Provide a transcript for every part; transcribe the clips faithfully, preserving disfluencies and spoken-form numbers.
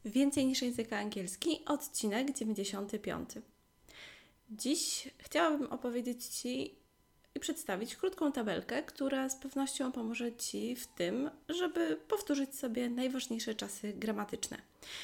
Więcej niż język angielski, odcinek dziewięćdziesiąty piąty. Dziś chciałabym opowiedzieć Ci i przedstawić krótką tabelkę, która z pewnością pomoże Ci w tym, żeby powtórzyć sobie najważniejsze czasy gramatyczne.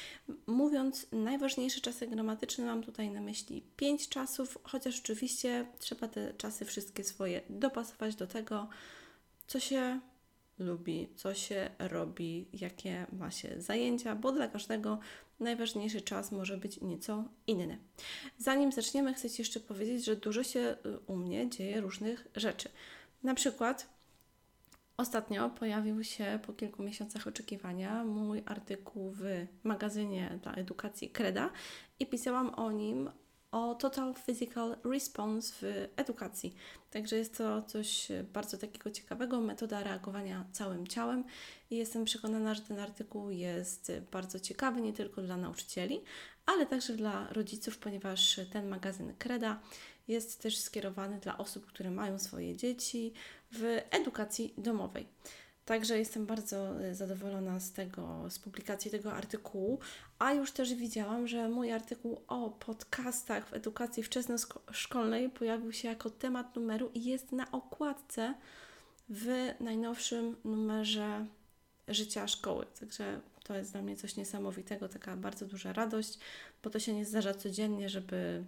Mówiąc najważniejsze czasy gramatyczne, mam tutaj na myśli pięć czasów, chociaż oczywiście trzeba te czasy wszystkie swoje dopasować do tego, co się lubi, co się robi, jakie ma się zajęcia, bo dla każdego najważniejszy czas może być nieco inny. Zanim zaczniemy, chcę Ci jeszcze powiedzieć, że dużo się u mnie dzieje różnych rzeczy. Na przykład ostatnio pojawił się po kilku miesiącach oczekiwania mój artykuł w magazynie dla edukacji Kreda i pisałam o nim o Total Physical Response w edukacji. Także jest to coś bardzo takiego ciekawego, metoda reagowania całym ciałem i jestem przekonana, że ten artykuł jest bardzo ciekawy nie tylko dla nauczycieli, ale także dla rodziców, ponieważ ten magazyn Kreda jest też skierowany dla osób, które mają swoje dzieci w edukacji domowej. Także jestem bardzo zadowolona z tego, z publikacji tego artykułu, a już też widziałam, że mój artykuł o podcastach w edukacji wczesnoszkolnej pojawił się jako temat numeru i jest na okładce w najnowszym numerze Życia Szkoły. Także to jest dla mnie coś niesamowitego, taka bardzo duża radość, bo to się nie zdarza codziennie, żeby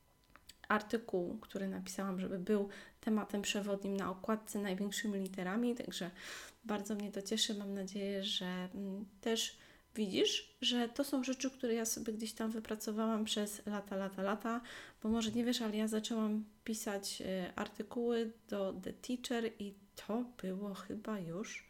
artykuł, który napisałam, żeby był tematem przewodnim na okładce największymi literami, także bardzo mnie to cieszy. Mam nadzieję, że też widzisz, że to są rzeczy, które ja sobie gdzieś tam wypracowałam przez lata, lata, lata, bo może nie wiesz, ale ja zaczęłam pisać artykuły do The Teacher i to było chyba już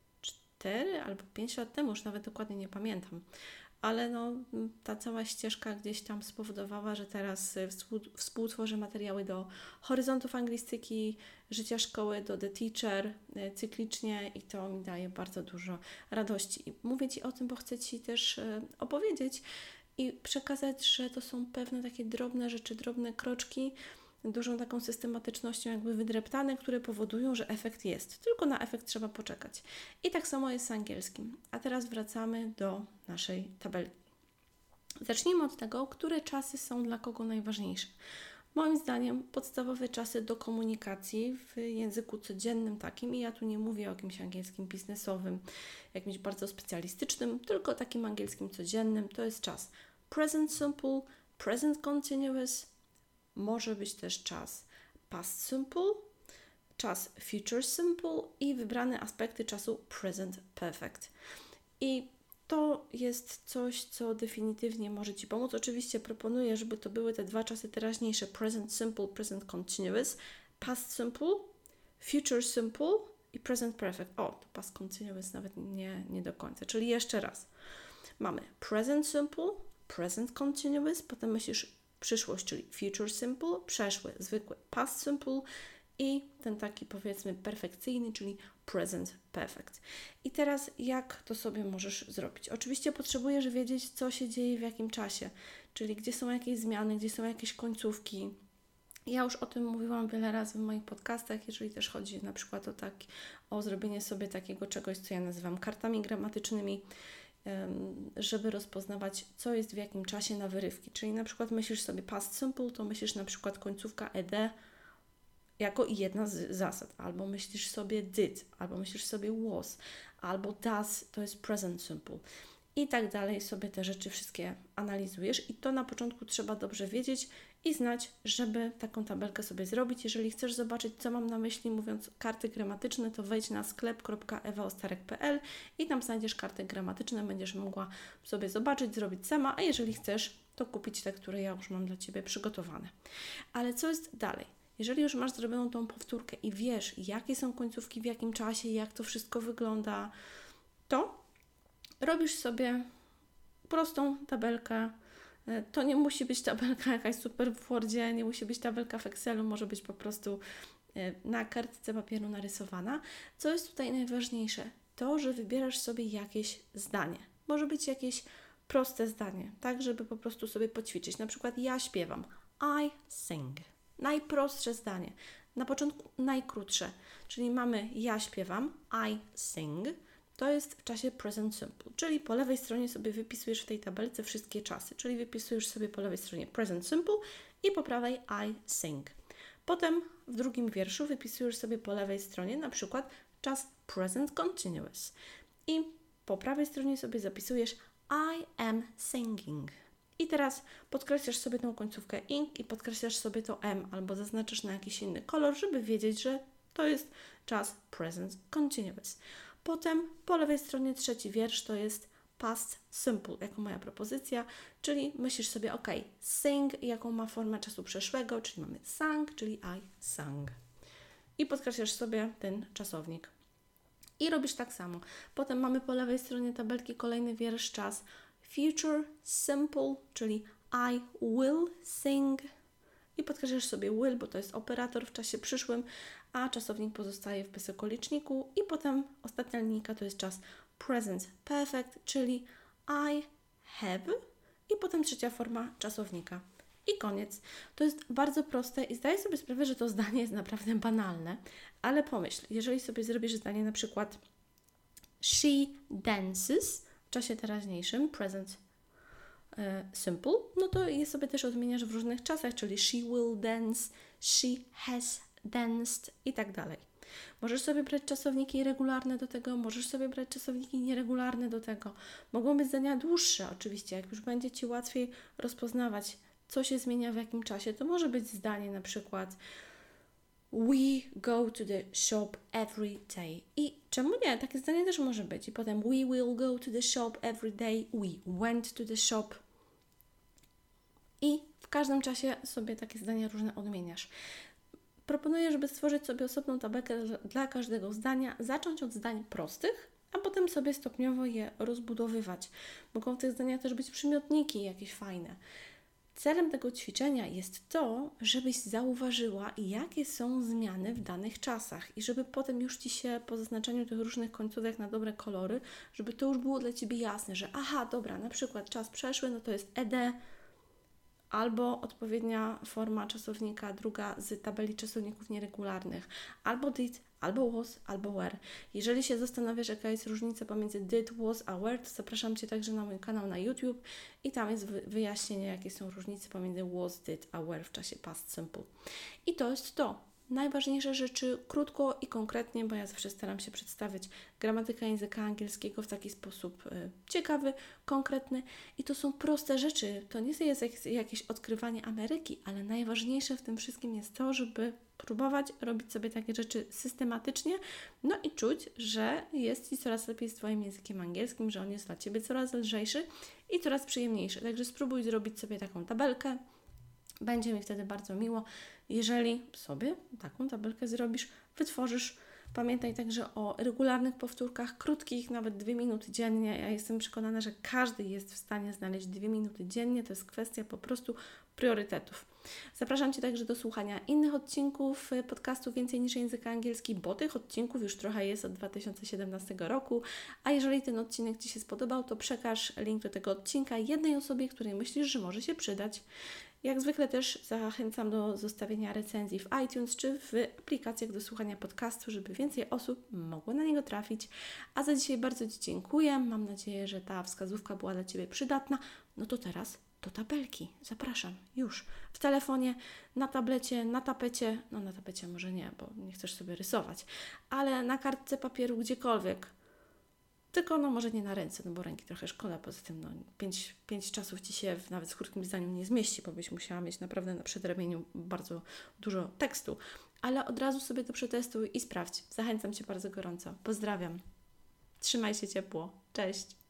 cztery albo pięć lat temu, już nawet dokładnie nie pamiętam. Ale no, ta cała ścieżka gdzieś tam spowodowała, że teraz współtworzę materiały do Horyzontów Anglistyki, Życia Szkoły, do The Teacher cyklicznie i to mi daje bardzo dużo radości. I mówię Ci o tym, bo chcę Ci też opowiedzieć i przekazać, że to są pewne takie drobne rzeczy, drobne kroczki, dużą taką systematycznością jakby wydreptane, które powodują, że efekt jest. Tylko na efekt trzeba poczekać. I tak samo jest z angielskim. A teraz wracamy do naszej tabelki. Zacznijmy od tego, które czasy są dla kogo najważniejsze. Moim zdaniem podstawowe czasy do komunikacji w języku codziennym takim, i ja tu nie mówię o jakimś angielskim biznesowym, jakimś bardzo specjalistycznym, tylko takim angielskim codziennym, to jest czas present simple, present continuous, może być też czas past simple, czas future simple i wybrane aspekty czasu present perfect. I to jest coś, co definitywnie może Ci pomóc. Oczywiście proponuję, żeby to były te dwa czasy teraźniejsze, present simple, present continuous, past simple, future simple i present perfect. O, to past continuous nawet nie, nie do końca. Czyli jeszcze raz. Mamy present simple, present continuous, potem myślisz przyszłość, czyli future simple, przeszły, zwykły past simple i ten taki powiedzmy perfekcyjny, czyli present perfect. I teraz jak to sobie możesz zrobić? Oczywiście potrzebujesz wiedzieć, co się dzieje w jakim czasie, czyli gdzie są jakieś zmiany, gdzie są jakieś końcówki. Ja już o tym mówiłam wiele razy w moich podcastach, jeżeli też chodzi na przykład o, tak, o zrobienie sobie takiego czegoś, co ja nazywam kartami gramatycznymi, żeby rozpoznawać, co jest w jakim czasie na wyrywki. Czyli na przykład myślisz sobie past simple, to myślisz na przykład końcówka ed jako jedna z zasad. Albo myślisz sobie did, albo myślisz sobie was, albo does, to jest present simple. I tak dalej sobie te rzeczy wszystkie analizujesz i to na początku trzeba dobrze wiedzieć i znać, żeby taką tabelkę sobie zrobić. Jeżeli chcesz zobaczyć, co mam na myśli mówiąc karty gramatyczne, to wejdź na sklep kropka ewa ostarek kropka pe el i tam znajdziesz karty gramatyczne, będziesz mogła sobie zobaczyć, zrobić sama, a jeżeli chcesz, to kupić te, które ja już mam dla Ciebie przygotowane. Ale co jest dalej? Jeżeli już masz zrobioną tą powtórkę i wiesz, jakie są końcówki, w jakim czasie, jak to wszystko wygląda, to robisz sobie prostą tabelkę. To nie musi być tabelka jakaś super w Wordzie, nie musi być tabelka w Excelu, może być po prostu na kartce papieru narysowana. Co jest tutaj najważniejsze? To, że wybierasz sobie jakieś zdanie. Może być jakieś proste zdanie, tak, żeby po prostu sobie poćwiczyć. Na przykład ja śpiewam. I sing. Najprostsze zdanie. Na początku najkrótsze. Czyli mamy ja śpiewam, I sing. to jest w czasie present simple, czyli po lewej stronie sobie wypisujesz w tej tabelce wszystkie czasy, czyli wypisujesz sobie po lewej stronie present simple i po prawej I sing. Potem w drugim wierszu wypisujesz sobie po lewej stronie na przykład czas present continuous i po prawej stronie sobie zapisujesz I am singing. I teraz podkreślasz sobie tą końcówkę ing i podkreślasz sobie to m albo zaznaczasz na jakiś inny kolor, żeby wiedzieć, że to jest czas present continuous. Potem po lewej stronie trzeci wiersz to jest past simple, jako moja propozycja, czyli myślisz sobie, ok, sing, jaką ma formę czasu przeszłego, czyli mamy sang, czyli I sang. I podkreślasz sobie ten czasownik. I robisz tak samo. Potem mamy po lewej stronie tabelki kolejny wiersz, czas future simple, czyli I will sing. I podkreślasz sobie will, bo to jest operator w czasie przyszłym, a czasownik pozostaje w bezokoliczniku. I potem ostatnia linijka to jest czas present perfect, czyli I have. I potem trzecia forma czasownika. I koniec. To jest bardzo proste i zdaję sobie sprawę, że to zdanie jest naprawdę banalne, ale pomyśl, jeżeli sobie zrobisz zdanie na przykład she dances w czasie teraźniejszym, present simple, no to je sobie też odmieniasz w różnych czasach, czyli she will dance, she has danced i tak dalej. Możesz sobie brać czasowniki regularne do tego, możesz sobie brać czasowniki nieregularne do tego. Mogą być zdania dłuższe oczywiście, jak już będzie Ci łatwiej rozpoznawać, co się zmienia w jakim czasie, to może być zdanie na przykład we go to the shop every day. I czemu nie? Takie zdanie też może być. I potem we will go to the shop every day, we went to the shop. I w każdym czasie sobie takie zdania różne odmieniasz. Proponuję, żeby stworzyć sobie osobną tabelkę dla każdego zdania, zacząć od zdań prostych, a potem sobie stopniowo je rozbudowywać. Mogą w tych zdaniach też być przymiotniki jakieś fajne. Celem tego ćwiczenia jest to, żebyś zauważyła, jakie są zmiany w danych czasach i żeby potem już Ci się po zaznaczeniu tych różnych końcówek na dobre kolory, żeby to już było dla Ciebie jasne, że aha, dobra, na przykład czas przeszły, no to jest ed, albo odpowiednia forma czasownika, druga z tabeli czasowników nieregularnych, albo did, albo was, albo were. Jeżeli się zastanawiasz, jaka jest różnica pomiędzy did, was a were, to zapraszam Cię także na mój kanał na YouTube i tam jest wyjaśnienie, jakie są różnice pomiędzy was, did a were w czasie past simple. I to jest to. Najważniejsze rzeczy krótko i konkretnie, bo ja zawsze staram się przedstawiać gramatykę języka angielskiego w taki sposób y, ciekawy, konkretny i to są proste rzeczy. To nie jest jak, jakieś odkrywanie Ameryki, ale najważniejsze w tym wszystkim jest to, żeby próbować robić sobie takie rzeczy systematycznie, no i czuć, że jest Ci coraz lepiej z Twoim językiem angielskim, że on jest dla Ciebie coraz lżejszy i coraz przyjemniejszy. Także spróbuj zrobić sobie taką tabelkę. Będzie mi wtedy bardzo miło, jeżeli sobie taką tabelkę zrobisz, wytworzysz. Pamiętaj także o regularnych powtórkach, krótkich, nawet dwie minuty dziennie. Ja jestem przekonana, że każdy jest w stanie znaleźć dwie minuty dziennie. To jest kwestia po prostu priorytetów. Zapraszam Cię także do słuchania innych odcinków podcastu Więcej niż język angielski, bo tych odcinków już trochę jest od dwa tysiące siedemnastego roku. A jeżeli ten odcinek Ci się spodobał, to przekaż link do tego odcinka jednej osobie, której myślisz, że może się przydać. Jak zwykle też zachęcam do zostawienia recenzji w iTunes czy w aplikacjach do słuchania podcastu, żeby więcej osób mogło na niego trafić. A za dzisiaj bardzo Ci dziękuję. Mam nadzieję, że ta wskazówka była dla Ciebie przydatna. No to teraz do tabelki. Zapraszam już w telefonie, na tablecie, na tapecie. No na tapecie może nie, bo nie chcesz sobie rysować, ale na kartce papieru gdziekolwiek. Tylko no może nie na ręce, no bo ręki trochę szkoda, poza tym no pięć, pięć czasów Ci się w, nawet w krótkim zdaniu nie zmieści, bo byś musiała mieć naprawdę na przedramieniu bardzo dużo tekstu. Ale od razu sobie to przetestuj i sprawdź. Zachęcam Cię bardzo gorąco. Pozdrawiam. Trzymaj się ciepło. Cześć.